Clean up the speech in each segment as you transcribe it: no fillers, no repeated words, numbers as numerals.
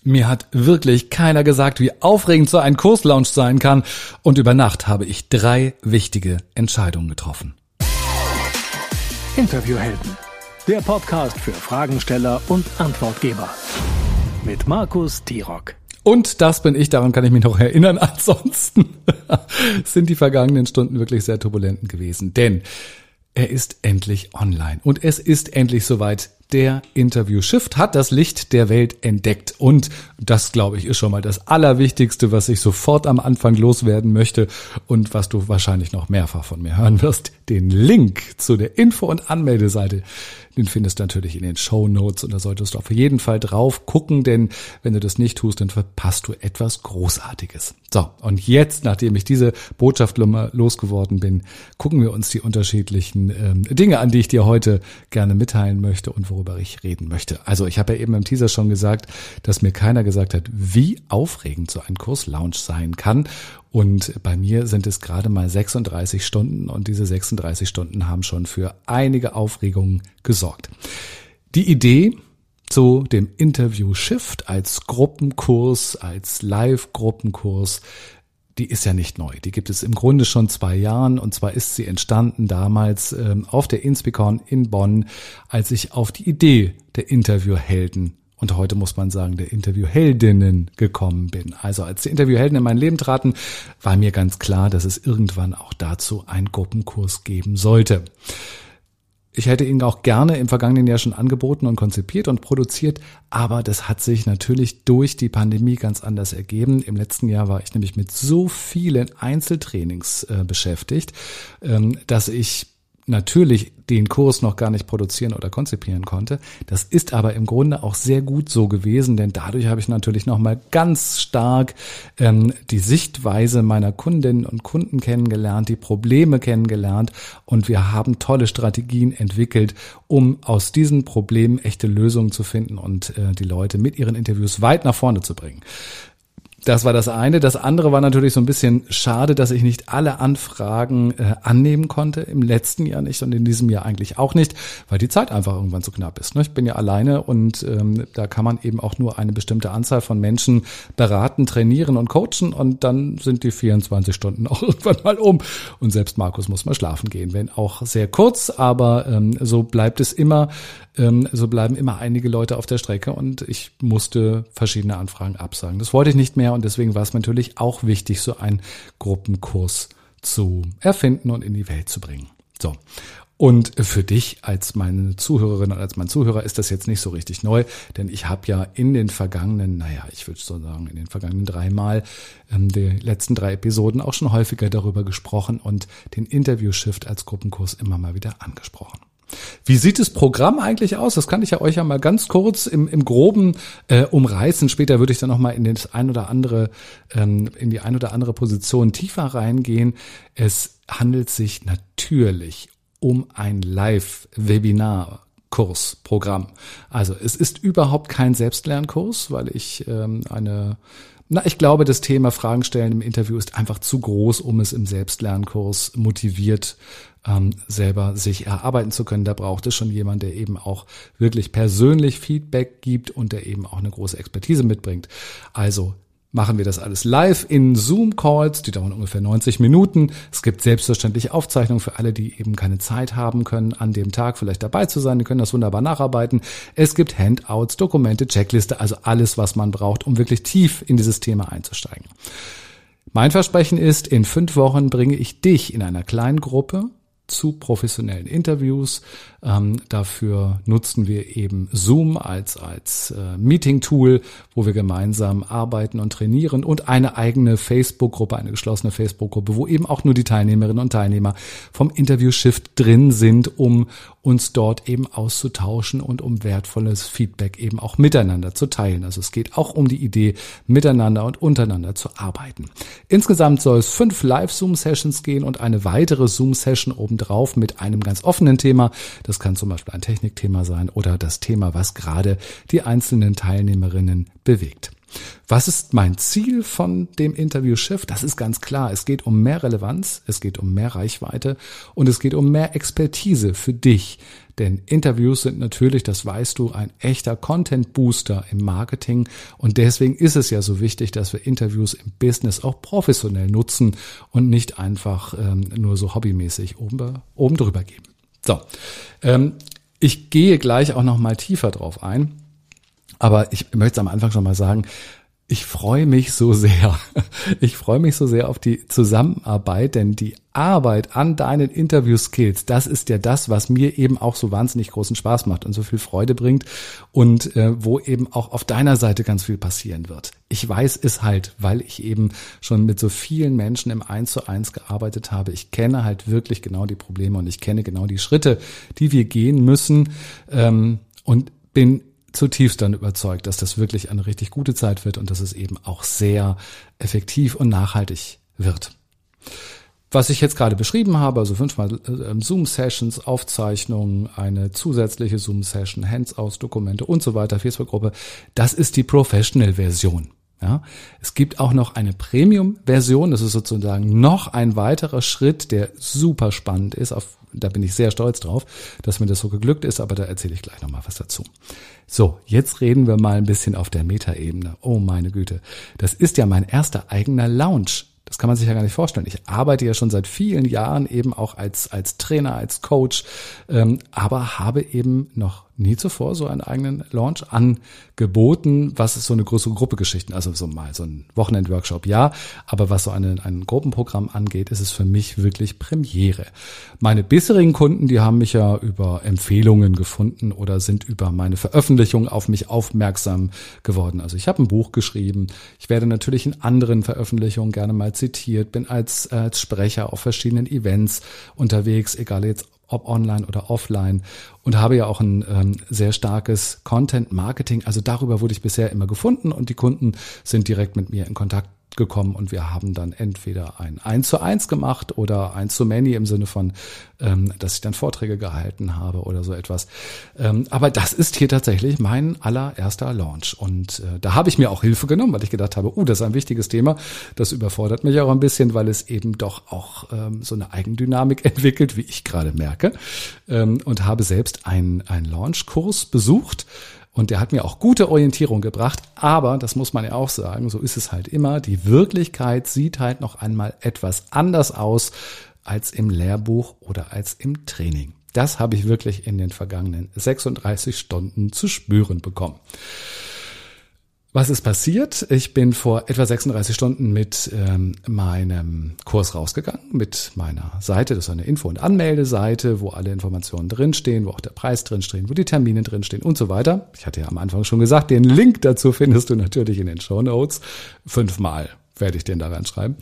Mir hat wirklich keiner gesagt, wie aufregend so ein Kurslaunch sein kann. Und über Nacht habe ich 3 wichtige Entscheidungen getroffen. Interviewhelden. Der Podcast für Fragensteller und Antwortgeber. Mit Markus Tirok. Und das bin ich, daran kann ich mich noch erinnern. Ansonsten sind die vergangenen Stunden wirklich sehr turbulent gewesen. Denn er ist endlich online und es ist endlich soweit. Der Interview-Shift hat das Licht der Welt entdeckt und das, glaube ich, ist schon mal das Allerwichtigste, was ich sofort am Anfang loswerden möchte und was du wahrscheinlich noch mehrfach von mir hören wirst. Den Link zu der Info- und Anmeldeseite, den findest du natürlich in den Shownotes und da solltest du auf jeden Fall drauf gucken, denn wenn du das nicht tust, dann verpasst du etwas Großartiges. So, und jetzt, nachdem ich diese Botschaft losgeworden bin, gucken wir uns die unterschiedlichen Dinge an, die ich dir heute gerne mitteilen möchte und worüber ich reden möchte. Also ich habe ja eben im Teaser schon gesagt, dass mir keiner gesagt hat, wie aufregend so ein Kurslaunch sein kann. Und bei mir sind es gerade mal 36 Stunden und diese 36 Stunden haben schon für einige Aufregungen gesorgt. Die Idee zu dem Interview-Shift als Gruppenkurs, als Live-Gruppenkurs, die ist ja nicht neu. Die gibt es im Grunde schon 2 Jahren und zwar ist sie entstanden damals auf der Inspicon in Bonn, als ich auf die Idee der Interviewhelden und heute muss man sagen, der Interviewheldinnen gekommen bin. Also als die Interviewhelden in mein Leben traten, war mir ganz klar, dass es irgendwann auch dazu einen Gruppenkurs geben sollte. Ich hätte ihn auch gerne im vergangenen Jahr schon angeboten und konzipiert und produziert, aber das hat sich natürlich durch die Pandemie ganz anders ergeben. Im letzten Jahr war ich nämlich mit so vielen Einzeltrainings beschäftigt, dass ich natürlich den Kurs noch gar nicht produzieren oder konzipieren konnte. Das ist aber im Grunde auch sehr gut so gewesen, denn dadurch habe ich natürlich nochmal ganz stark die Sichtweise meiner Kundinnen und Kunden kennengelernt, die Probleme kennengelernt und wir haben tolle Strategien entwickelt, um aus diesen Problemen echte Lösungen zu finden und die Leute mit ihren Interviews weit nach vorne zu bringen. Das war das eine. Das andere war natürlich so ein bisschen schade, dass ich nicht alle Anfragen annehmen konnte. Im letzten Jahr nicht und in diesem Jahr eigentlich auch nicht, weil die Zeit einfach irgendwann zu knapp ist. Ich bin ja alleine und da kann man eben auch nur eine bestimmte Anzahl von Menschen beraten, trainieren und coachen und dann sind die 24 Stunden auch irgendwann mal um. Und selbst Markus muss mal schlafen gehen, wenn auch sehr kurz, aber so bleibt es immer. So bleiben immer einige Leute auf der Strecke und ich musste verschiedene Anfragen absagen. Das wollte ich nicht mehr und deswegen war es mir natürlich auch wichtig, so einen Gruppenkurs zu erfinden und in die Welt zu bringen. So. Und für dich als meine Zuhörerin und als mein Zuhörer ist das jetzt nicht so richtig neu, denn ich habe ja in den vergangenen, ich würde so sagen, in den vergangenen 3 Mal, die letzten 3 Episoden auch schon häufiger darüber gesprochen und den Interview-Shift als Gruppenkurs immer mal wieder angesprochen. Wie sieht das Programm eigentlich aus? Das kann ich ja euch ja mal ganz kurz im Groben umreißen. Später würde ich dann noch mal in die ein oder andere Position tiefer reingehen. Es handelt sich natürlich um ein Live-Webinar-Kursprogramm. Also es ist überhaupt kein Selbstlernkurs, weil ich ich glaube, das Thema Fragen stellen im Interview ist einfach zu groß, um es im Selbstlernkurs motiviert selber sich erarbeiten zu können. Da braucht es schon jemand, der eben auch wirklich persönlich Feedback gibt und der eben auch eine große Expertise mitbringt. Also machen wir das alles live in Zoom-Calls, die dauern ungefähr 90 Minuten. Es gibt selbstverständlich Aufzeichnungen für alle, die eben keine Zeit haben können, an dem Tag vielleicht dabei zu sein. Die können das wunderbar nacharbeiten. Es gibt Handouts, Dokumente, Checkliste, also alles, was man braucht, um wirklich tief in dieses Thema einzusteigen. Mein Versprechen ist, in 5 Wochen bringe ich dich in einer kleinen Gruppe zu professionellen Interviews. Dafür nutzen wir eben Zoom als Meeting-Tool, wo wir gemeinsam arbeiten und trainieren und eine eigene Facebook-Gruppe, eine geschlossene Facebook-Gruppe, wo eben auch nur die Teilnehmerinnen und Teilnehmer vom Interview-Shift drin sind, um uns dort eben auszutauschen und um wertvolles Feedback eben auch miteinander zu teilen. Also es geht auch um die Idee, miteinander und untereinander zu arbeiten. Insgesamt soll es 5 Live-Zoom-Sessions gehen und eine weitere Zoom-Session obendrauf mit einem ganz offenen Thema. Das kann zum Beispiel ein Technikthema sein oder das Thema, was gerade die einzelnen Teilnehmerinnen bewegt. Was ist mein Ziel von dem Interview-Shift? Das ist ganz klar. Es geht um mehr Relevanz, es geht um mehr Reichweite und es geht um mehr Expertise für dich. Denn Interviews sind natürlich, das weißt du, ein echter Content-Booster im Marketing. Und deswegen ist es ja so wichtig, dass wir Interviews im Business auch professionell nutzen und nicht einfach nur so hobbymäßig oben drüber geben. So, ich gehe gleich auch noch mal tiefer drauf ein. Aber ich möchte am Anfang schon mal sagen, ich freue mich so sehr. Ich freue mich so sehr auf die Zusammenarbeit, denn die Arbeit an deinen Interview-Skills, das ist ja das, was mir eben auch so wahnsinnig großen Spaß macht und so viel Freude bringt und wo eben auch auf deiner Seite ganz viel passieren wird. Ich weiß es halt, weil ich eben schon mit so vielen Menschen im 1:1 gearbeitet habe. Ich kenne halt wirklich genau die Probleme und ich kenne genau die Schritte, die wir gehen müssen und bin zutiefst dann überzeugt, dass das wirklich eine richtig gute Zeit wird und dass es eben auch sehr effektiv und nachhaltig wird. Was ich jetzt gerade beschrieben habe, also 5-mal Zoom-Sessions, Aufzeichnungen, eine zusätzliche Zoom-Session, Hands-Aus-Dokumente und so weiter, Facebook-Gruppe, das ist die Professional-Version. Ja, es gibt auch noch eine Premium-Version, das ist sozusagen noch ein weiterer Schritt, der super spannend ist, da bin ich sehr stolz drauf, dass mir das so geglückt ist, aber da erzähle ich gleich nochmal was dazu. So, jetzt reden wir mal ein bisschen auf der Metaebene. Oh meine Güte, das ist ja mein erster eigener Lounge. Das kann man sich ja gar nicht vorstellen. Ich arbeite ja schon seit vielen Jahren eben auch als Trainer, als Coach, aber habe eben noch nie zuvor so einen eigenen Launch angeboten, was ist so eine größere Gruppe-Geschichten, also so mal so ein Wochenend-Workshop, ja, aber was so ein Gruppenprogramm angeht, ist es für mich wirklich Premiere. Meine bisherigen Kunden, die haben mich ja über Empfehlungen gefunden oder sind über meine Veröffentlichungen auf mich aufmerksam geworden. Also ich habe ein Buch geschrieben, ich werde natürlich in anderen Veröffentlichungen gerne mal zitiert, bin als Sprecher auf verschiedenen Events unterwegs, egal jetzt ob online oder offline und habe ja auch ein sehr starkes Content-Marketing. Also darüber wurde ich bisher immer gefunden und die Kunden sind direkt mit mir in Kontakt gekommen und wir haben dann entweder ein 1:1 gemacht oder 1:many im Sinne von, dass ich dann Vorträge gehalten habe oder so etwas. Aber das ist hier tatsächlich mein allererster Launch und da habe ich mir auch Hilfe genommen, weil ich gedacht habe, das ist ein wichtiges Thema. Das überfordert mich auch ein bisschen, weil es eben doch auch so eine Eigendynamik entwickelt, wie ich gerade merke, und habe selbst einen Launchkurs besucht. Und der hat mir auch gute Orientierung gebracht, aber, das muss man ja auch sagen, so ist es halt immer, die Wirklichkeit sieht halt noch einmal etwas anders aus als im Lehrbuch oder als im Training. Das habe ich wirklich in den vergangenen 36 Stunden zu spüren bekommen. Was ist passiert? Ich bin vor etwa 36 Stunden mit meinem Kurs rausgegangen, mit meiner Seite. Das ist eine Info- und Anmeldeseite, wo alle Informationen drinstehen, wo auch der Preis drinstehen, wo die Termine drinstehen und so weiter. Ich hatte ja am Anfang schon gesagt, den Link dazu findest du natürlich in den Shownotes. 5-mal werde ich den da reinschreiben.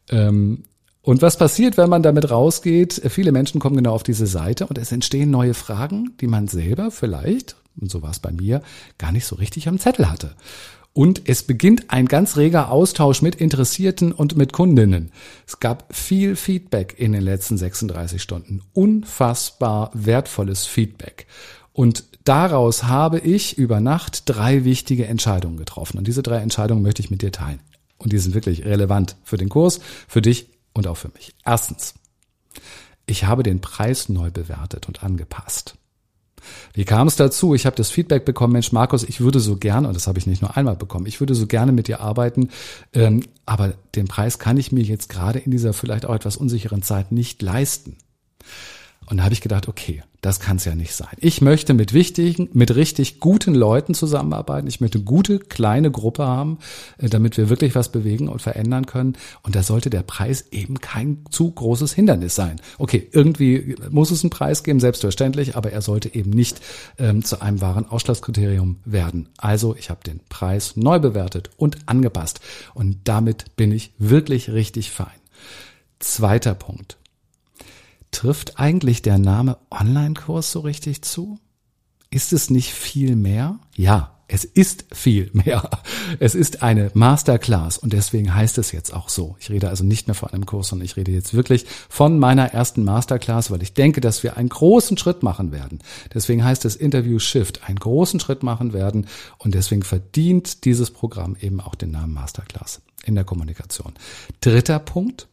Und was passiert, wenn man damit rausgeht? Viele Menschen kommen genau auf diese Seite und es entstehen neue Fragen, die man selber vielleicht, und so war es bei mir, gar nicht so richtig am Zettel hatte. Und es beginnt ein ganz reger Austausch mit Interessierten und mit Kundinnen. Es gab viel Feedback in den letzten 36 Stunden. Unfassbar wertvolles Feedback. Und daraus habe ich über Nacht 3 wichtige Entscheidungen getroffen. Und diese 3 Entscheidungen möchte ich mit dir teilen. Und die sind wirklich relevant für den Kurs, für dich und auch für mich. Erstens, ich habe den Preis neu bewertet und angepasst. Wie kam es dazu? Ich habe das Feedback bekommen, Mensch Markus, ich würde so gerne, und das habe ich nicht nur einmal bekommen, ich würde so gerne mit dir arbeiten, aber den Preis kann ich mir jetzt gerade in dieser vielleicht auch etwas unsicheren Zeit nicht leisten. Und da habe ich gedacht, okay, das kann es ja nicht sein. Ich möchte mit richtig guten Leuten zusammenarbeiten. Ich möchte eine gute, kleine Gruppe haben, damit wir wirklich was bewegen und verändern können. Und da sollte der Preis eben kein zu großes Hindernis sein. Okay, irgendwie muss es einen Preis geben, selbstverständlich, aber er sollte eben nicht zu einem wahren Ausschlusskriterium werden. Also ich habe den Preis neu bewertet und angepasst. Und damit bin ich wirklich richtig fein. Zweiter Punkt. Trifft eigentlich der Name Online-Kurs so richtig zu? Ist es nicht viel mehr? Ja, Es ist viel mehr. Es ist eine Masterclass und deswegen heißt es jetzt auch so. Ich rede also nicht mehr von einem Kurs, sondern ich rede jetzt wirklich von meiner ersten Masterclass, weil ich denke, dass wir einen großen Schritt machen werden. Deswegen heißt es Interview Shift, einen großen Schritt machen werden und deswegen verdient dieses Programm eben auch den Namen Masterclass in der Kommunikation. Dritter Punkt.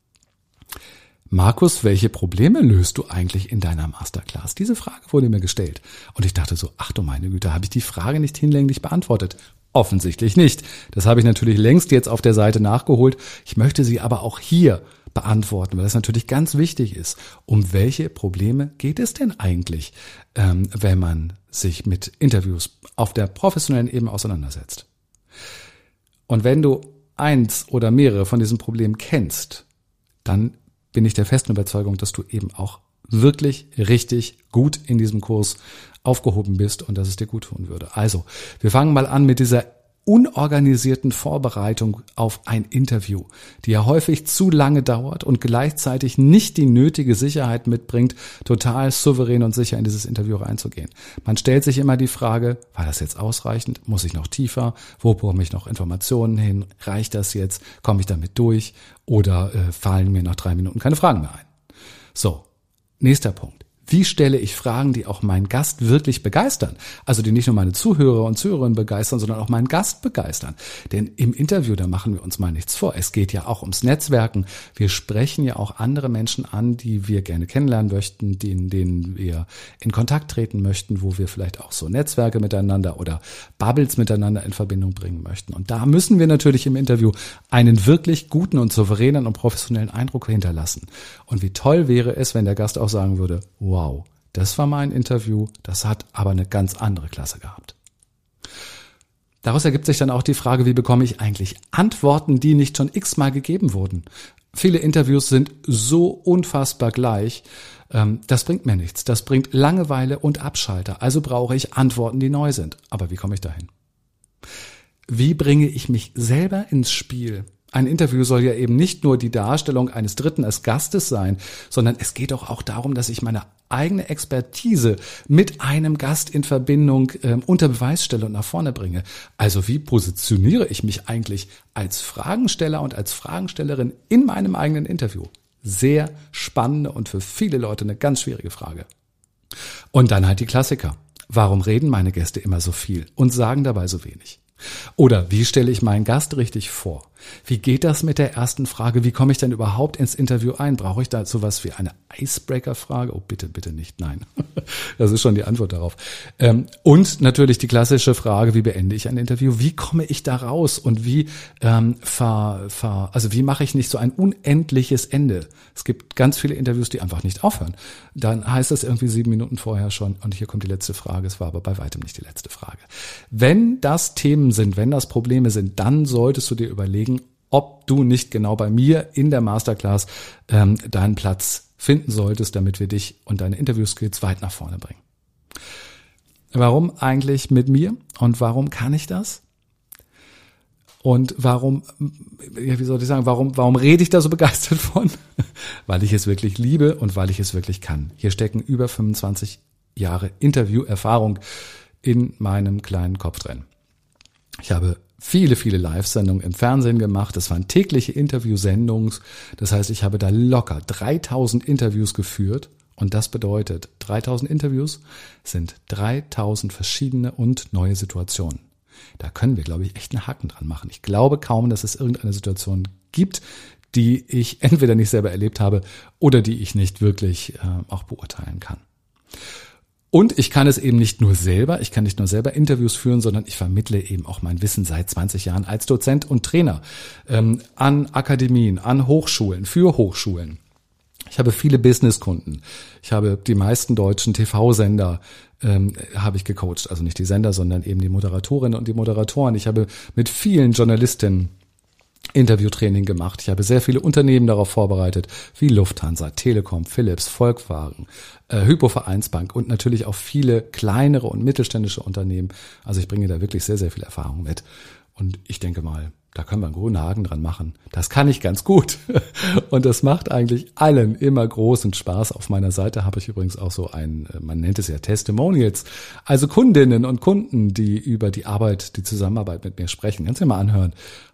Markus, welche Probleme löst du eigentlich in deiner Masterclass? Diese Frage wurde mir gestellt. Und ich dachte so, ach du meine Güte, habe ich die Frage nicht hinlänglich beantwortet? Offensichtlich nicht. Das habe ich natürlich längst jetzt auf der Seite nachgeholt. Ich möchte sie aber auch hier beantworten, weil das natürlich ganz wichtig ist. Um welche Probleme geht es denn eigentlich, wenn man sich mit Interviews auf der professionellen Ebene auseinandersetzt? Und wenn du eins oder mehrere von diesen Problemen kennst, dann bin ich der festen Überzeugung, dass du eben auch wirklich richtig gut in diesem Kurs aufgehoben bist und dass es dir gut tun würde. Also, wir fangen mal an mit dieser unorganisierten Vorbereitung auf ein Interview, die ja häufig zu lange dauert und gleichzeitig nicht die nötige Sicherheit mitbringt, total souverän und sicher in dieses Interview reinzugehen. Man stellt sich immer die Frage, war das jetzt ausreichend? Muss ich noch tiefer? Wo bekomme ich noch Informationen hin? Reicht das jetzt? Komme ich damit durch? Oder fallen mir nach 3 Minuten keine Fragen mehr ein? So, nächster Punkt. Wie stelle ich Fragen, die auch meinen Gast wirklich begeistern? Also die nicht nur meine Zuhörer und Zuhörerinnen begeistern, sondern auch meinen Gast begeistern. Denn im Interview, da machen wir uns mal nichts vor. Es geht ja auch ums Netzwerken. Wir sprechen ja auch andere Menschen an, die wir gerne kennenlernen möchten, denen wir in Kontakt treten möchten, wo wir vielleicht auch so Netzwerke miteinander oder Bubbles miteinander in Verbindung bringen möchten. Und da müssen wir natürlich im Interview einen wirklich guten und souveränen und professionellen Eindruck hinterlassen. Und wie toll wäre es, wenn der Gast auch sagen würde, wow, das war mein Interview, das hat aber eine ganz andere Klasse gehabt. Daraus ergibt sich dann auch die Frage, wie bekomme ich eigentlich Antworten, die nicht schon x-mal gegeben wurden? Viele Interviews sind so unfassbar gleich, das bringt mir nichts. Das bringt Langeweile und Abschalter. Also brauche ich Antworten, die neu sind. Aber wie komme ich dahin? Wie bringe ich mich selber ins Spiel? Ein Interview soll ja eben nicht nur die Darstellung eines Dritten als Gastes sein, sondern es geht doch auch darum, dass ich meine eigene Expertise mit einem Gast in Verbindung unter Beweis stelle und nach vorne bringe. Also wie positioniere ich mich eigentlich als Fragensteller und als Fragenstellerin in meinem eigenen Interview? Sehr spannende und für viele Leute eine ganz schwierige Frage. Und dann halt die Klassiker. Warum reden meine Gäste immer so viel und sagen dabei so wenig? Oder wie stelle ich meinen Gast richtig vor? Wie geht das mit der ersten Frage? Wie komme ich denn überhaupt ins Interview ein? Brauche ich da sowas wie eine Icebreaker-Frage? Oh, bitte, bitte nicht, nein. Das ist schon die Antwort darauf. Und natürlich die klassische Frage, wie beende ich ein Interview? Wie komme ich da raus? Und wie wie mache ich nicht so ein unendliches Ende? Es gibt ganz viele Interviews, die einfach nicht aufhören. Dann heißt es irgendwie 7 Minuten vorher schon, und hier kommt die letzte Frage. Es war aber bei weitem nicht die letzte Frage. Wenn das Themen sind, wenn das Probleme sind, dann solltest du dir überlegen, ob du nicht genau bei mir in der Masterclass deinen Platz finden solltest, damit wir dich und deine Interviewskills weit nach vorne bringen. Warum eigentlich mit mir und warum kann ich das? Und warum rede ich da so begeistert von? Weil ich es wirklich liebe und weil ich es wirklich kann. Hier stecken über 25 Jahre Interviewerfahrung in meinem kleinen Kopf drin. Ich habe viele Live-Sendungen im Fernsehen gemacht. Das waren tägliche Interviewsendungen. Das heißt, ich habe da locker 3000 Interviews geführt. Und das bedeutet, 3000 Interviews sind 3000 verschiedene und neue Situationen. Da können wir, glaube ich, echt einen Haken dran machen. Ich glaube kaum, dass es irgendeine Situation gibt, die ich entweder nicht selber erlebt habe oder die ich nicht wirklich auch beurteilen kann. Und ich kann es eben nicht nur selber, Interviews führen, sondern ich vermittle eben auch mein Wissen seit 20 Jahren als Dozent und Trainer an Akademien, an Hochschulen, für Hochschulen. Ich habe viele Businesskunden. Ich habe die meisten deutschen TV-Sender habe ich gecoacht. Also nicht die Sender, sondern eben die Moderatorinnen und die Moderatoren. Ich habe mit vielen Journalistinnen Interviewtraining gemacht. Ich habe sehr viele Unternehmen darauf vorbereitet, wie Lufthansa, Telekom, Philips, Volkswagen, Hypo Vereinsbank und natürlich auch viele kleinere und mittelständische Unternehmen. Also ich bringe da wirklich sehr viel Erfahrung mit. Und ich denke mal, da können wir einen grünen Haken dran machen. Das kann ich ganz gut. Und das macht eigentlich allen immer großen Spaß. Auf meiner Seite habe ich übrigens auch so man nennt es ja Testimonials, also Kundinnen und Kunden, die über die Zusammenarbeit mit mir sprechen. Kannst du dir mal anhören.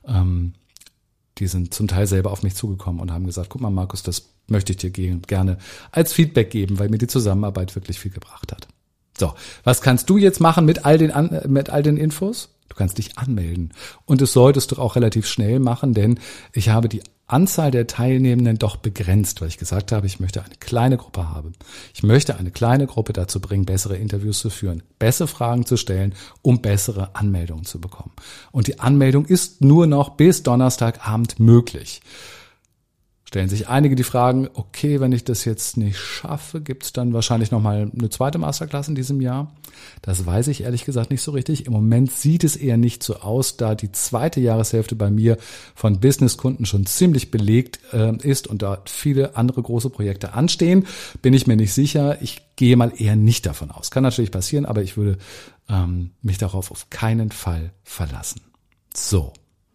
Die sind zum Teil selber auf mich zugekommen und haben gesagt, guck mal Markus, das möchte ich dir gerne als Feedback geben, weil mir die Zusammenarbeit wirklich viel gebracht hat. So, was kannst du jetzt machen mit all den Infos? Du kannst dich anmelden. Und das solltest du auch relativ schnell machen, denn ich habe die Anzahl der Teilnehmenden doch begrenzt, weil ich gesagt habe, ich möchte eine kleine Gruppe haben. Ich möchte eine kleine Gruppe dazu bringen, bessere Interviews zu führen, bessere Fragen zu stellen, um bessere Anmeldungen zu bekommen. Und die Anmeldung ist nur noch bis Donnerstagabend möglich. Stellen sich einige die Fragen, okay, wenn ich das jetzt nicht schaffe, gibt es dann wahrscheinlich nochmal eine zweite Masterclass in diesem Jahr? Das weiß ich ehrlich gesagt nicht so richtig. Im Moment sieht es eher nicht so aus, da die zweite Jahreshälfte bei mir von Businesskunden schon ziemlich belegt ist und da viele andere große Projekte anstehen, bin ich mir nicht sicher. Ich gehe mal eher nicht davon aus. Kann natürlich passieren, aber ich würde mich darauf auf keinen Fall verlassen. So,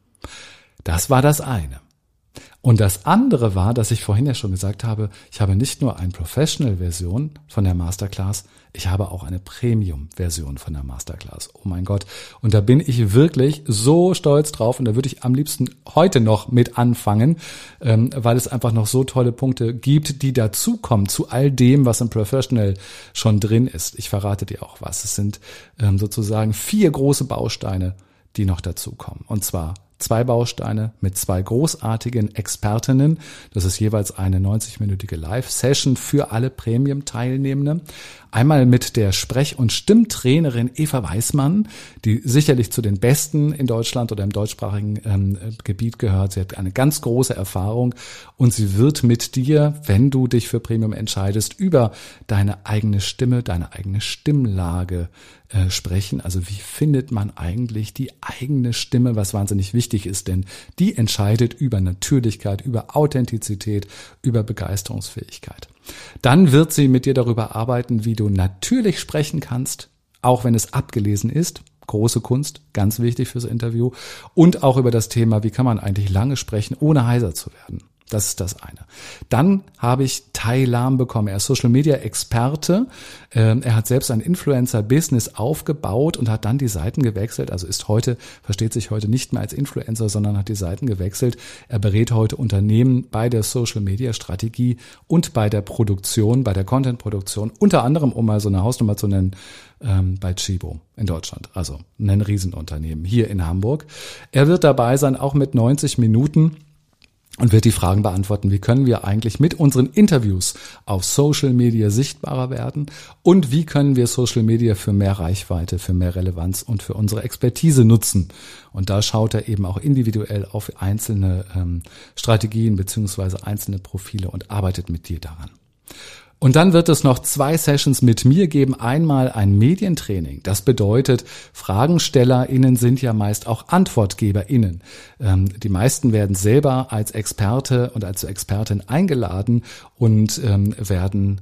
das war das eine. Und das andere war, dass ich vorhin ja schon gesagt habe, ich habe nicht nur eine Professional-Version von der Masterclass, ich habe auch eine Premium-Version von der Masterclass. Oh mein Gott. Und da bin ich wirklich so stolz drauf und da würde ich am liebsten heute noch mit anfangen, weil es einfach noch so tolle Punkte gibt, die dazukommen zu all dem, was im Professional schon drin ist. Ich verrate dir auch was. Es sind sozusagen 4 große Bausteine, die noch dazukommen. Und zwar 2 Bausteine mit 2 großartigen Expertinnen. Das ist jeweils eine 90-minütige Live-Session für alle Premium-Teilnehmende. Einmal mit der Sprech- und Stimmtrainerin Eva Weißmann, die sicherlich zu den Besten in Deutschland oder im deutschsprachigen Gebiet gehört. Sie hat eine ganz große Erfahrung und sie wird mit dir, wenn du dich für Premium entscheidest, über deine eigene Stimme, deine eigene Stimmlage sprechen. Also wie findet man eigentlich die eigene Stimme, was wahnsinnig wichtig ist, denn die entscheidet über Natürlichkeit, über Authentizität, über Begeisterungsfähigkeit. Dann wird sie mit dir darüber arbeiten, wie du natürlich sprechen kannst, auch wenn es abgelesen ist. Große Kunst, ganz wichtig fürs Interview. Und auch über das Thema, wie kann man eigentlich lange sprechen, ohne heiser zu werden. Das ist das eine. Dann habe ich Tai Lam bekommen. Er ist Social-Media-Experte. Er hat selbst ein Influencer-Business aufgebaut und hat dann die Seiten gewechselt. Also versteht sich heute nicht mehr als Influencer, sondern hat die Seiten gewechselt. Er berät heute Unternehmen bei der Social-Media-Strategie und bei der Produktion, bei der Content-Produktion. Unter anderem, um mal so eine Hausnummer zu nennen, bei Tchibo in Deutschland. Also ein Riesenunternehmen hier in Hamburg. Er wird dabei sein, auch mit 90 Minuten. Und wird die Fragen beantworten, wie können wir eigentlich mit unseren Interviews auf Social Media sichtbarer werden und wie können wir Social Media für mehr Reichweite, für mehr Relevanz und für unsere Expertise nutzen. Und da schaut er eben auch individuell auf einzelne Strategien beziehungsweise einzelne Profile und arbeitet mit dir daran. Und dann wird es noch 2 Sessions mit mir geben. Einmal ein Medientraining. Das bedeutet, FragenstellerInnen sind ja meist auch AntwortgeberInnen. Die meisten werden selber als Experte und als Expertin eingeladen und werden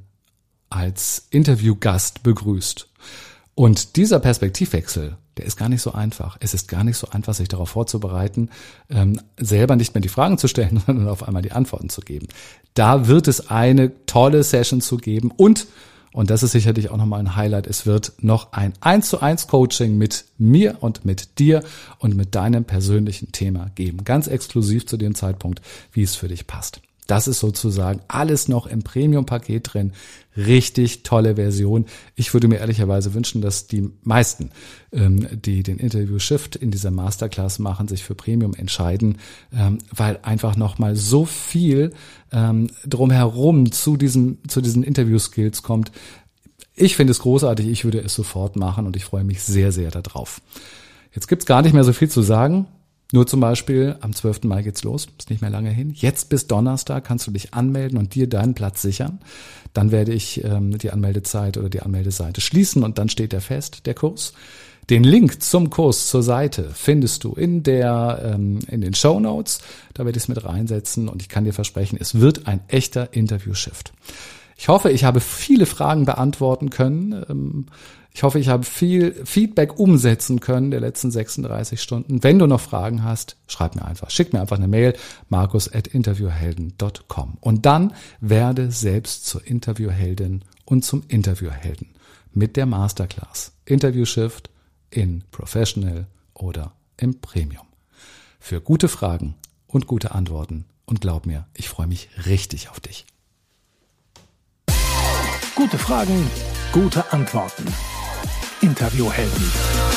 als Interviewgast begrüßt. Und dieser Perspektivwechsel, der ist gar nicht so einfach. Es ist gar nicht so einfach, sich darauf vorzubereiten, selber nicht mehr die Fragen zu stellen, sondern auf einmal die Antworten zu geben. Da wird es eine tolle Session zu geben und das ist sicherlich auch nochmal ein Highlight, es wird noch ein 1:1 Coaching mit mir und mit dir und mit deinem persönlichen Thema geben. Ganz exklusiv zu dem Zeitpunkt, wie es für dich passt. Das ist sozusagen alles noch im Premium-Paket drin. Richtig tolle Version. Ich würde mir ehrlicherweise wünschen, dass die meisten, die den Interview-Shift in dieser Masterclass machen, sich für Premium entscheiden, weil einfach nochmal so viel drumherum zu diesen Interview-Skills kommt. Ich finde es großartig. Ich würde es sofort machen und ich freue mich sehr, sehr darauf. Jetzt gibt's gar nicht mehr so viel zu sagen. Nur zum Beispiel, am 12. Mai geht's los, ist nicht mehr lange hin. Jetzt bis Donnerstag kannst du dich anmelden und dir deinen Platz sichern. Dann werde ich die Anmeldezeit oder die Anmeldeseite schließen und dann steht der fest, der Kurs. Den Link zum Kurs zur Seite findest du in den Shownotes. Da werde ich es mit reinsetzen und ich kann dir versprechen, es wird ein echter Interview-Shift. Ich hoffe, ich habe viele Fragen beantworten können. Ich hoffe, ich habe viel Feedback umsetzen können der letzten 36 Stunden. Wenn du noch Fragen hast, schreib mir einfach. Schick mir einfach eine Mail, markus@interviewhelden.com. Und dann werde selbst zur Interviewheldin und zum Interviewhelden mit der Masterclass Interview Shift in Professional oder im Premium. Für gute Fragen und gute Antworten. Und glaub mir, ich freue mich richtig auf dich. Gute Fragen, gute Antworten. Interviewhelden.